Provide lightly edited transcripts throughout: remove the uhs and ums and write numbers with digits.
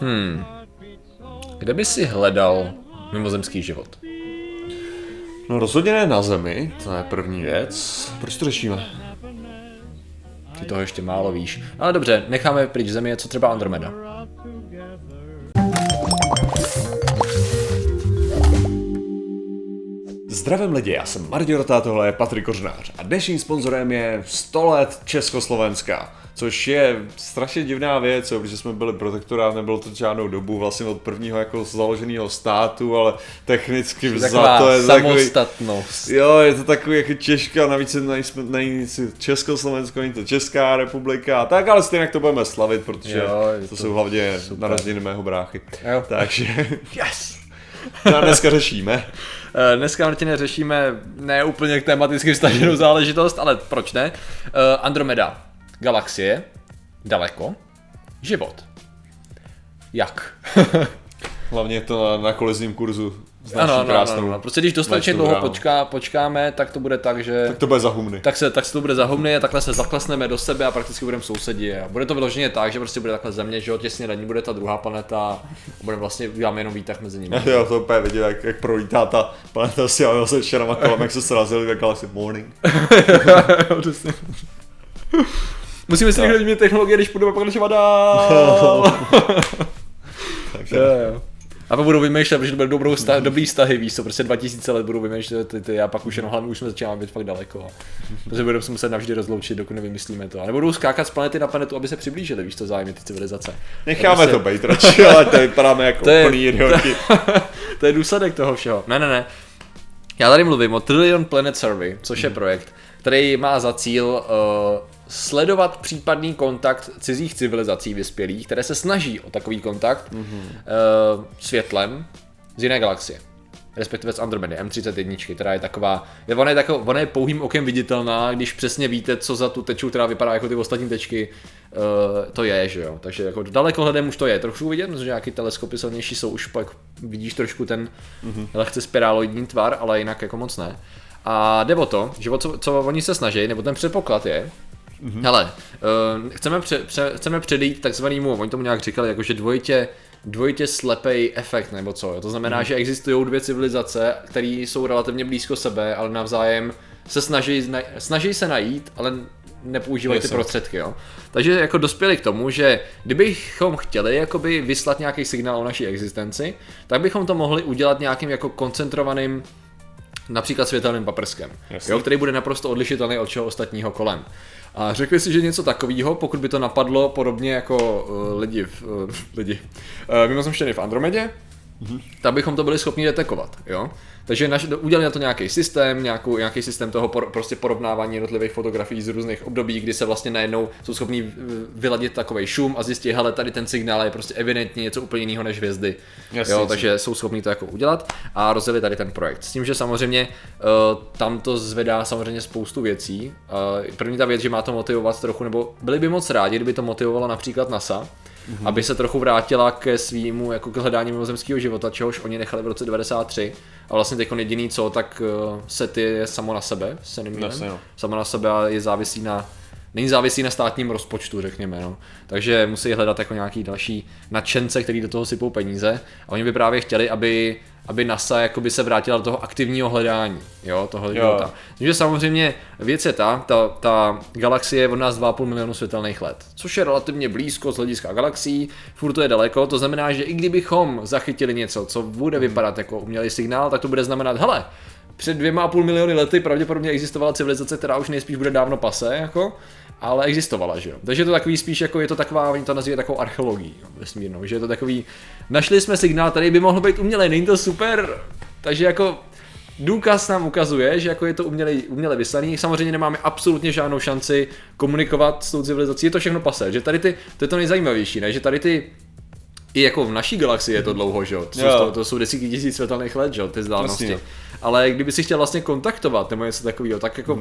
Kde by si hledal mimozemský život? No rozhodně ne na Zemi, to je první věc. Proč to řešíme? Ty toho ještě málo víš. Ale dobře, necháme pryč Země, co třeba Andromeda. Zdravím lidi, já jsem Martin Rota, tohle je Patrik Kořnář a dnešním sponzorem je 100 let Československa. Což je strašně divná věc, protože jsme byli protektorát, nebylo to žádnou dobu vlastně od prvního jako založeného státu, ale technicky vzato je samostatnost. Takový, jo, je to takový jako Češka, navíc není Československo, není to Česká republika a tak, ale stejně jak to budeme slavit, protože jo, to jsou hlavně narozeniny mého bráchy. Jo. Takže yes! To dneska řešíme. Dneska, Martine, řešíme ne úplně k tematicky vztaženou záležitost, ale proč ne? Andromeda. Galaxie. Daleko. Život. Jak? Hlavně to na kolizním kurzu s naší krásnou. Ano. Prostě když dostatečně dlouho počkáme, tak to bude tak, že... Tak to bude za humny. Tak se to bude za humny a takhle se zaklesneme do sebe a prakticky budeme sousedí. A bude to vyloženě tak, že prostě bude takhle Země, že jo, těsně nad ní bude ta druhá planeta a budeme vlastně, uděláme jenom výtah mezi nimi. Jo, to úplně vidím, jak prolítá ta planeta s těmi se šerama kolem, jak se srazili ve Galaxy Morning. Musíme si rychle vyměnit technologie, když budeme pokračovat dál. Takže. Jo. A pak budu vymýšlet, že to bude dobrý vztahy, víš co, prostě 2000 let budu vymýšlet ty a pak už jenom hlavně už jsme začínáme být fakt daleko. Protože budeme se muset navždy rozloučit, dokud nevymyslíme to. A nebo budou skákat z planety na planetu, aby se přiblížili, víš co, zájmy ty civilizace. Necháme to být radši, ale to vypadáme jako úplný idioti. To je důsledek toho všeho. Ne. Já tady mluvím o Trillion Planet Survey, což je projekt, který má za cíl sledovat případný kontakt cizích civilizací vyspělých, které se snaží o takový kontakt světlem z jiné galaxie. Respektive z Andromedy, M31, která je taková, ona je pouhým okem viditelná, když přesně víte, co za tu tečku, která vypadá jako ty ostatní tečky, to je, že jo. Takže jako dalekohledem už to je trošku vidět, protože nějaký teleskopy silnější jsou, už pak vidíš trošku ten lehce spiráloidní tvar, ale jinak jako moc ne. A jde o to, že co oni se snaží, nebo ten předpoklad je, hele, chceme předejít takzvanému, oni tomu nějak říkali, jakože dvojitě slepej efekt nebo co, to znamená, že existují dvě civilizace, které jsou relativně blízko sebe, ale navzájem se snaží se najít, ale nepoužívají ty prostředky, jo. Takže jako dospěli k tomu, že kdybychom chtěli jakoby vyslat nějaký signál o naší existenci, tak bychom to mohli udělat nějakým jako koncentrovaným například světelným paprskem, jo, který bude naprosto odlišitelný od všeho ostatního kolem. A řekli si, že něco takového, pokud by to napadlo podobně jako lidi mimozemštěny v Andromedě, tak bychom to byli schopni detekovat, jo. Takže udělali na to nějaký systém, nějaký systém toho prostě porovnávání jednotlivých fotografií z různých období, kdy se vlastně najednou jsou schopní vyladit takovej šum a zjistit, hele, tady ten signál je prostě evidentně něco úplně jiného než hvězdy. Jo, takže jsou schopní to jako udělat a rozjeli tady ten projekt. S tím, že samozřejmě tam to zvedá samozřejmě spoustu věcí. První ta věc, že má to motivovat trochu, nebo byli by moc rádi, kdyby to motivovalo například NASA, aby se trochu vrátila ke svýmu jako k hledání mimozemského života, čehož oni nechali v roce 93 a vlastně teď jediný co, tak SETI je samo na sebe, samo na sebe a není závislý na státním rozpočtu, řekněme, no. Takže musí hledat jako nějaký další nadšence, který do toho sypou peníze a oni by právě chtěli, aby NASA jakoby se vrátila do toho aktivního hledání, jo, toho života. Takže samozřejmě věc je ta galaxie je od nás 2,5 milionu světelných let, což je relativně blízko z hlediska galaxií, furt to je daleko, to znamená, že i kdybychom zachytili něco, co bude vypadat jako umělý signál, tak to bude znamenat, hele, před 2,5 miliony lety pravděpodobně existovala civilizace, která už nejspíš bude dávno pase, jako, ale existovala, že jo. Takže je to takový spíš jako je to taková, oni to nazývají takovou archeologií, vesmírnou, že je to takový, našli jsme signál, tady by mohl být umělej, není to super, takže jako důkaz nám ukazuje, že jako je to uměle vyslaný, samozřejmě nemáme absolutně žádnou šanci komunikovat s tou civilizací, je to všechno pase, že tady to je to nejzajímavější, ne, že tady ty i jako v naší galaxii je to dlouho, že jo, to jsou desítky tisíc světelných let, že jo, ty vzdálenosti. Ale kdyby si chtěl vlastně kontaktovat nebo něco takového, tak jako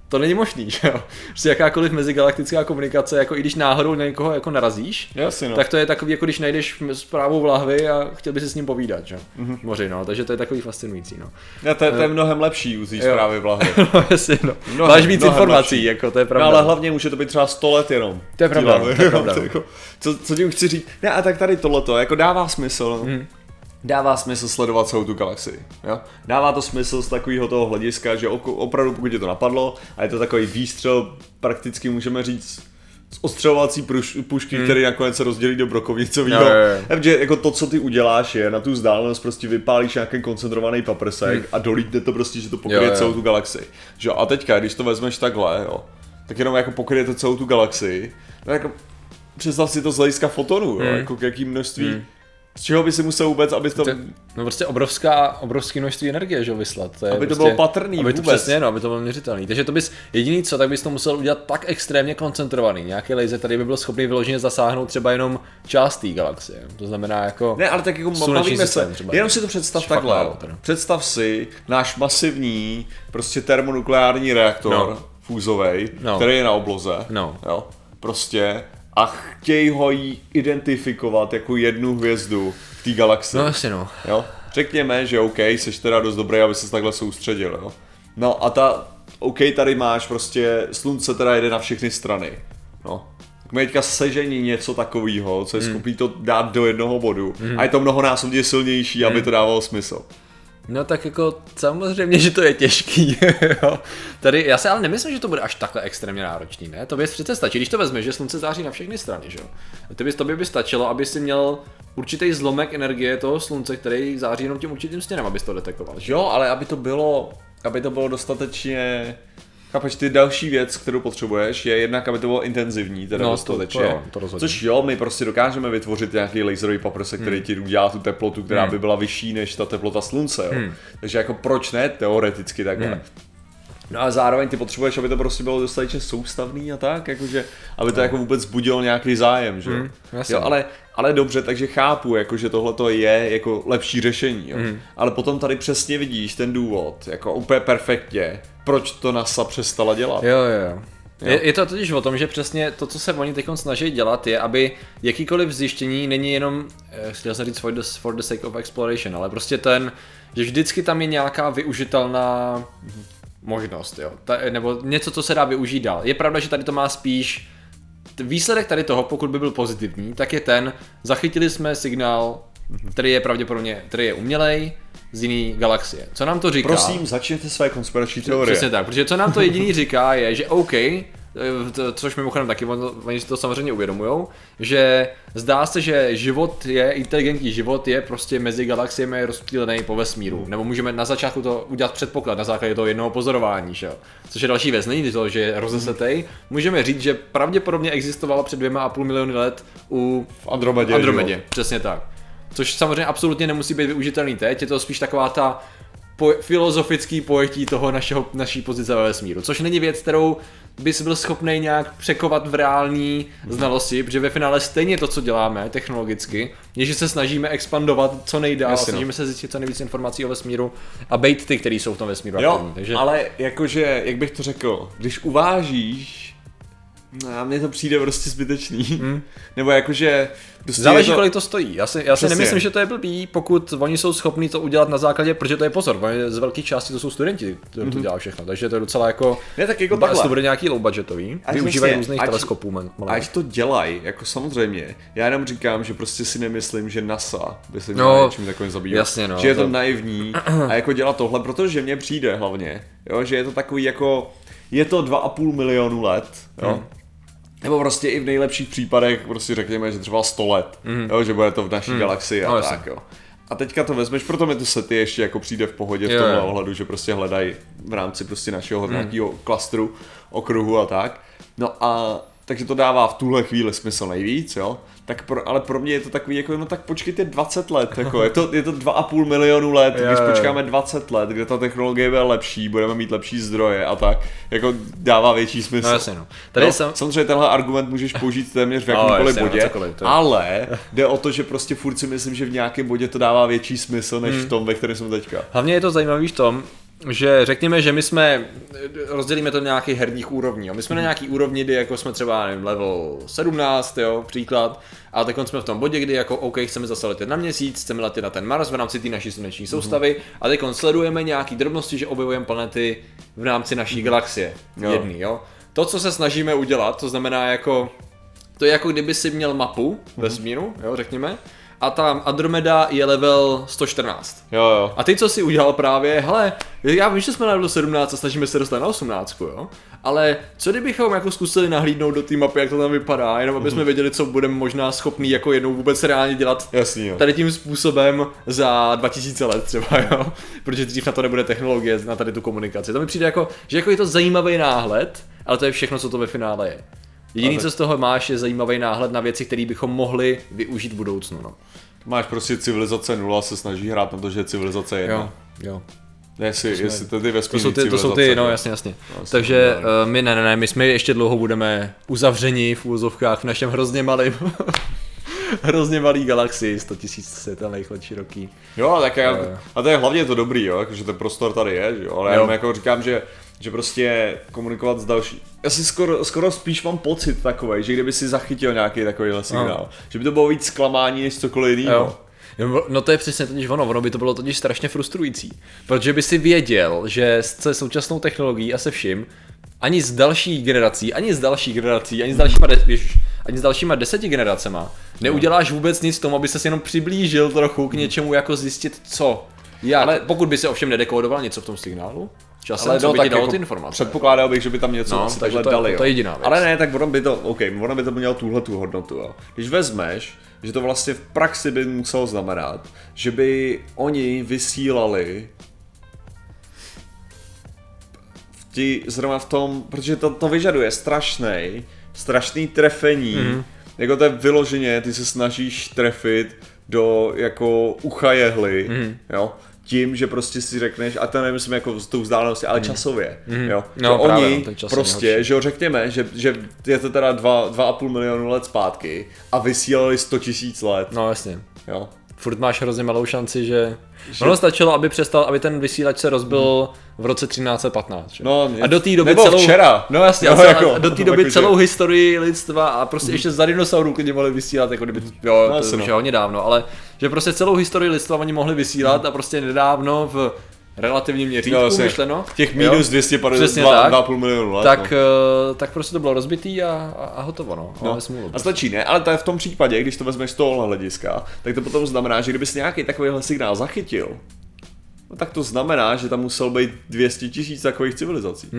to není možný, že jo? Prostě jakákoliv mezigalaktická komunikace, jako i když náhodou na někoho jako narazíš, Jasně, no. tak to je takový, jako když najdeš zprávu v lahvi a chtěl by si s ním povídat, že jo? Moři, no, takže to je takový fascinující, no. Ja, to je mnohem lepší u té zprávy v lahvi. No, jasně, no. Máš víc informací, lepší. Jako to je pravda. No, ale hlavně může to být třeba 100 let jenom. To je pravda, to je pravda. Co tím chci říct? Ne, a tak tady tohleto, jako dává smysl, no. Dává smysl sledovat celou tu galaxii. Jo? Dává to smysl z takového toho hlediska, že opravdu pokud je to napadlo a je to takový výstřel, prakticky můžeme říct z ostřelovací pušky, který nakonec se rozdělí do brokovnicového. Takže jako to, co ty uděláš, je na tu vzdálenost prostě vypálíš nějaký koncentrovaný paprsek a dolítne to prostě, že to pokryje celou tu galaxii. Že? A teďka, když to vezmeš takhle, jo, tak jenom jako pokryje to celou tu galaxii, no jako představ si to z hlediska fotonů, jo, jako k jakým množství. Z čeho by si musel vůbec, aby to... No prostě obrovské množství energie, že vyslat. To je aby prostě, to bylo patrný aby to vůbec. Přesně, no, aby to bylo měřitelný. Takže to bys jediný co, tak bys to musel udělat tak extrémně koncentrovaný. Nějaký laser, který by byl schopný vyloženě zasáhnout třeba jenom část té galaxie. To znamená jako... Ne, ale tak jako bavíme se, jenom si to představ takhle. Představ si náš masivní, prostě termonukleární reaktor fúzovej, který je na obloze. Jo, prostě... A chtějí ho jí identifikovat jako jednu hvězdu v té galaxii. No asi no. Jo? Řekněme, že OK, seš teda dost dobrý, aby ses takhle soustředil. Jo? No a OK, tady máš prostě, slunce teda jede na všechny strany. No. My teďka sežení něco takového, co je schopný to dát do jednoho bodu. A je to mnohonásobně silnější, aby to dávalo smysl. No tak jako samozřejmě, že to je těžký, jo. Tady, já si ale nemyslím, že to bude až takhle extrémně náročný, ne? To by přece stačí, když to vezmeš, že slunce září na všechny strany, že jo. To by stačilo, aby si měl určitý zlomek energie toho slunce, který září jenom tím určitým směrem, abys to detekoval. Že? Jo, ale aby to bylo dostatečně... Chápeš, ty další věc, kterou potřebuješ, je jednak, aby to bylo intenzivní, teda dostatečně. Což jo, my prostě dokážeme vytvořit nějaký laserový paprsek, který ti udělá tu teplotu, která by byla vyšší než ta teplota slunce, jo. Takže jako proč ne, teoreticky takhle. No a zároveň ty potřebuješ, aby to prostě bylo dostatečně soustavný a tak, jakože, aby to jako vůbec budilo nějaký zájem, že jo. Ale dobře, takže chápu, jakože tohle je jako lepší řešení, jo. Ale potom tady přesně vidíš ten důvod, jako úplně perfektně, proč to NASA přestala dělat. Jo. Je to totiž o tom, že přesně to, co se oni teď snaží dělat, je, aby jakýkoliv zjištění není jenom, chtěl jsem říct for the sake of exploration, ale prostě že vždycky tam je nějaká využitelná možnost, jo, nebo něco, co se dá využít dál. Je pravda, že tady to má spíš, výsledek tady toho, pokud by byl pozitivní, tak je zachytili jsme signál, který je pravděpodobně, který je umělej, z jiný galaxie. Co nám to říká? Prosím, začněte své konspirační teorie. Přesně tak, protože co nám to jediný říká je, že OK, což mimochodem taky, oni si to samozřejmě uvědomujou, že zdá se, že inteligentní život je prostě mezi galaxiemi rozptýlený po vesmíru. Nebo můžeme na začátku to udělat předpoklad na základě toho jednoho pozorování, že? Což je další věc, není to, že je rozesetej. Můžeme říct, že pravděpodobně existovala před 2,5 miliony let v Andromedě. Přesně tak. Což samozřejmě absolutně nemusí být využitelný teď, je to spíš taková ta filozofický pojetí toho naší pozice ve vesmíru, což není věc, kterou bys byl schopný nějak překovat v reální znalosti, protože ve finále stejně to, co děláme technologicky, je, že se snažíme expandovat co nejdál, snažíme se zjistit co nejvíc informací o vesmíru a bejt ty, který jsou v tom vesmíru aktivní. Takže... ale jakože, jak bych to řekl, když uvážíš, a mně to přijde prostě zbytečný. Nebo jakože... Prostě záleží, kolik to stojí. Já si nemyslím, že to je blbý, pokud oni jsou schopní to udělat na základě, protože to je pozor, z velké části to jsou studenti, kteří to dělá všechno, takže to je docela jako... Ne, tak jako takhle. To bude nějaký low budgetový, využívají různých teleskopů. Ať to dělají, jako samozřejmě. Já jenom říkám, že prostě si nemyslím, že NASA by se měla něčím takovým zabývat. Jasně, no, že je to naivní a jako dělat tohle, protože mně přijde hlavně, jo, že je to takový jako... Je to 2,5 milionu let, jo. Nebo prostě i v nejlepších případech prostě řekněme, že třeba 100 let, jo, že bude to v naší galaxii a tak, jo. A teďka to vezmeš, proto mi to sety ještě jako přijde v pohodě v tomhle ohledu, že prostě hledají v rámci prostě našeho nějakého klastru, okruhu a tak. No a takže to dává v tuhle chvíli smysl nejvíc, jo. Tak ale pro mě je to takový jako, no tak počkejte 20 let, jako je to 2,5 milionu let, když počkáme 20 let, kde ta technologie bude lepší, budeme mít lepší zdroje a tak, jako dává větší smysl. No jasně, no. Tady samozřejmě tenhle argument můžeš použít téměř v jakýmkoliv bodě, ale jde o to, že prostě furt si myslím, že v nějakém bodě to dává větší smysl, než v tom, ve kterém jsme teďka. Hlavně je to zajímavý v tom, že řekněme, že my jsme, rozdělíme to na nějakých herních úrovní, jo. My jsme na nějaký úrovni, kdy jako jsme třeba, nevím, level 17, jo, příklad, a teď jsme v tom bodě, kdy jako OK, chceme zase letět na Měsíc, chceme letět na ten Mars v rámci té naší sluneční soustavy, a teď sledujeme nějaký drobnosti, že objevujeme planety v rámci naší galaxie, jedný, jo. To, co se snažíme udělat, to znamená jako, to je jako kdyby si měl mapu vesmíru, jo, řekněme, a tam Andromeda je level 114. Jo. A ty, co si udělal právě, hele, já vím, že jsme na level 17 a snažíme se dostat na 18, jo, ale co kdybychom jako zkusili nahlídnout do té mapy, jak to tam vypadá, jenom aby jsme věděli, co budeme možná schopný jako jednou vůbec reálně dělat. Jasný, jo. Tady tím způsobem za 2000 let třeba, jo, protože dřív na to nebude technologie, na tady tu komunikaci. To mi přijde jako, že jako je to zajímavý náhled, ale to je všechno, co to ve finále je. Jediný, co z toho máš, je zajímavý náhled na věci, které bychom mohli využít v budoucnu. No. Máš prostě civilizace 0, se snaží hrát na to, že je civilizace 1. Jo. Jestli to ty vesmírní to jsou ty, no jasně. No, takže my jsme ještě dlouho budeme uzavřeni v úvozovkách v našem hrozně malý galaxii, 100 000 světelných let široký. Jo, tak a to je hlavně to dobrý, jo, že ten prostor tady je, jo, ale já jako říkám, že prostě komunikovat s další. Já si skoro spíš mám pocit takovej, že kdyby si zachytil nějaký takovýhle signál, že by to bylo víc zklamání než cokoliv jiného. No to je přesně totiž ono by to bylo totiž strašně frustrující, protože by si věděl, že se současnou technologií a se vším, ani z dalších generací, ani s dalšíma 10 generacema neuděláš vůbec nic tomu, aby se jenom přiblížil trochu k něčemu jako zjistit co. Ale pokud by se ovšem nedekódoval něco v tom signálu, časem, ale co by ti dalo jako ty informace. Předpokládal bych, že by tam něco asi takhle dali. To je jediná věc. Ale ne, tak ono by to mělo tuhletu hodnotu. Jo. Když vezmeš, že to vlastně v praxi by muselo znamenat, že by oni vysílali zrovna v tom, protože to vyžaduje strašný trefení, jako to je vyloženě, ty se snažíš trefit do jako ucha jehly, jo, tím, že prostě si řekneš, a to nemyslím jako s tou vzdáleností, ale časově, jo, no, oni prostě, že jo, řekněme, že je to teda 2,5 milionu let zpátky a vysílali 100 000 let. No jasně. Jo. Furt máš hrozně malou šanci, že ono stačilo, aby ten vysílač se rozbil v roce 1315. Že? No, a do té doby nebo včera. No jasně, no, jako, do té doby celou historii lidstva a prostě ještě za dinosaurů klidně mohli vysílat, jako kdyby, to už je hodně dávno, ale že prostě celou historii lidstva oni mohli vysílat a prostě nedávno v relativním měřítku myšleno. Těch minus 252,5 milionů let. Tak prostě to bylo rozbitý a hotovo, no. Smůlu, a stačí, ne? Ale to je v tom případě, když to vezmeš z tohohle hlediska, tak to potom znamená, že kdybys nějaký takovýhle signál zachytil, no tak to znamená, že tam musel být 200 000 takových civilizací.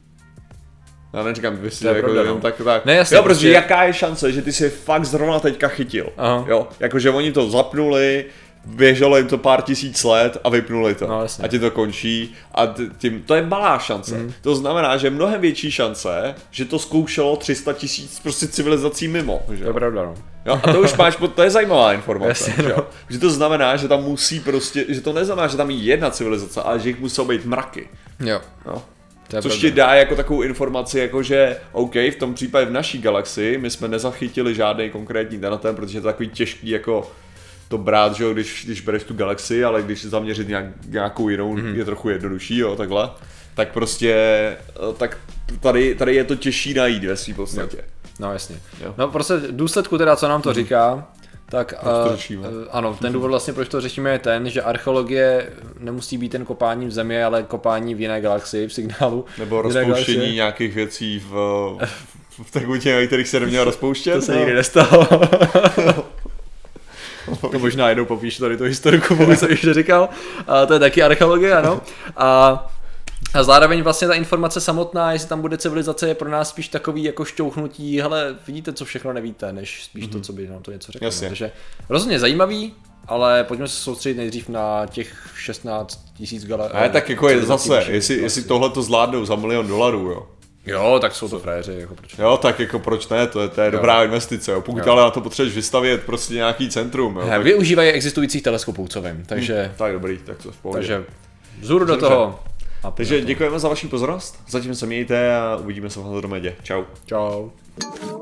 Já neříkám 200, jako jenom tak. Ne, jasně, jo, protože jaká je šance, že ty si fakt zrovna teďka chytil. Aha. Jo, jakože oni to zapnuli, běželo jim to pár tisíc let a vypnuli to. No, a ti to končí a tím, to je malá šance. To znamená, že je mnohem větší šance, že to zkoušelo 300 000 prostě civilizací mimo. Že? To je pravda, no. Jo, a to už máš, to je zajímavá informace. Jasně, no. Že to znamená, že tam musí prostě, že to neznamená, že tam je jedna civilizace, ale že jich musí být mraky. Jo. Což ti dá jako takovou informaci, jako že OK, v tom případě v naší galaxii my jsme nezachytili žádný konkrétní ten, protože je to takový těžký jako to brát, že jo, když bereš tu galaxii, ale když zaměřit nějakou jinou je trochu jednodušší, jo, takhle, tak prostě, tak tady je to těžší najít ve svý podstatě. No jasně. Jo. No prostě v důsledku teda, co nám to říká, tak ano, ten důvod vlastně, proč to řešíme, je ten, že archeologie nemusí být jen kopání v Zemi, ale kopání v jiné galaxii, v signálu. Nebo rozpouštění nějakých věcí v tekutě, na kterých se nemělo rozpouštět. To se nikdy nestalo. To možná jednou popíš tady tu historiku, pokud jsem již neříkal. A to je taky archeologie, ano. A zároveň vlastně ta informace samotná, jestli tam bude civilizace, je pro nás spíš takový jako šťouchnutí, hele, vidíte, co všechno nevíte, než spíš to, co by nám to něco řeklo. Takže rozhodně zajímavý, ale pojďme se soustředit nejdřív na těch 16 000 galaxií. Ne, tak jako je zase, jestli tohle to zvládnou za $1 milion, jo. Jo, tak jsou to frajeři, jako proč ne? Jo, tak jako proč ne, to je dobrá investice, jo. Pokud ale na to potřebuješ vystavět prostě nějaký centrum, jo. Tak... Využívají existujících teleskopů, co vím, takže... Tak dobrý, tak to v pohodě. Takže vzhůru do toho. Takže děkujeme za vaši pozornost, zatím se mějte a uvidíme se v Andromedě. Čau. Čau.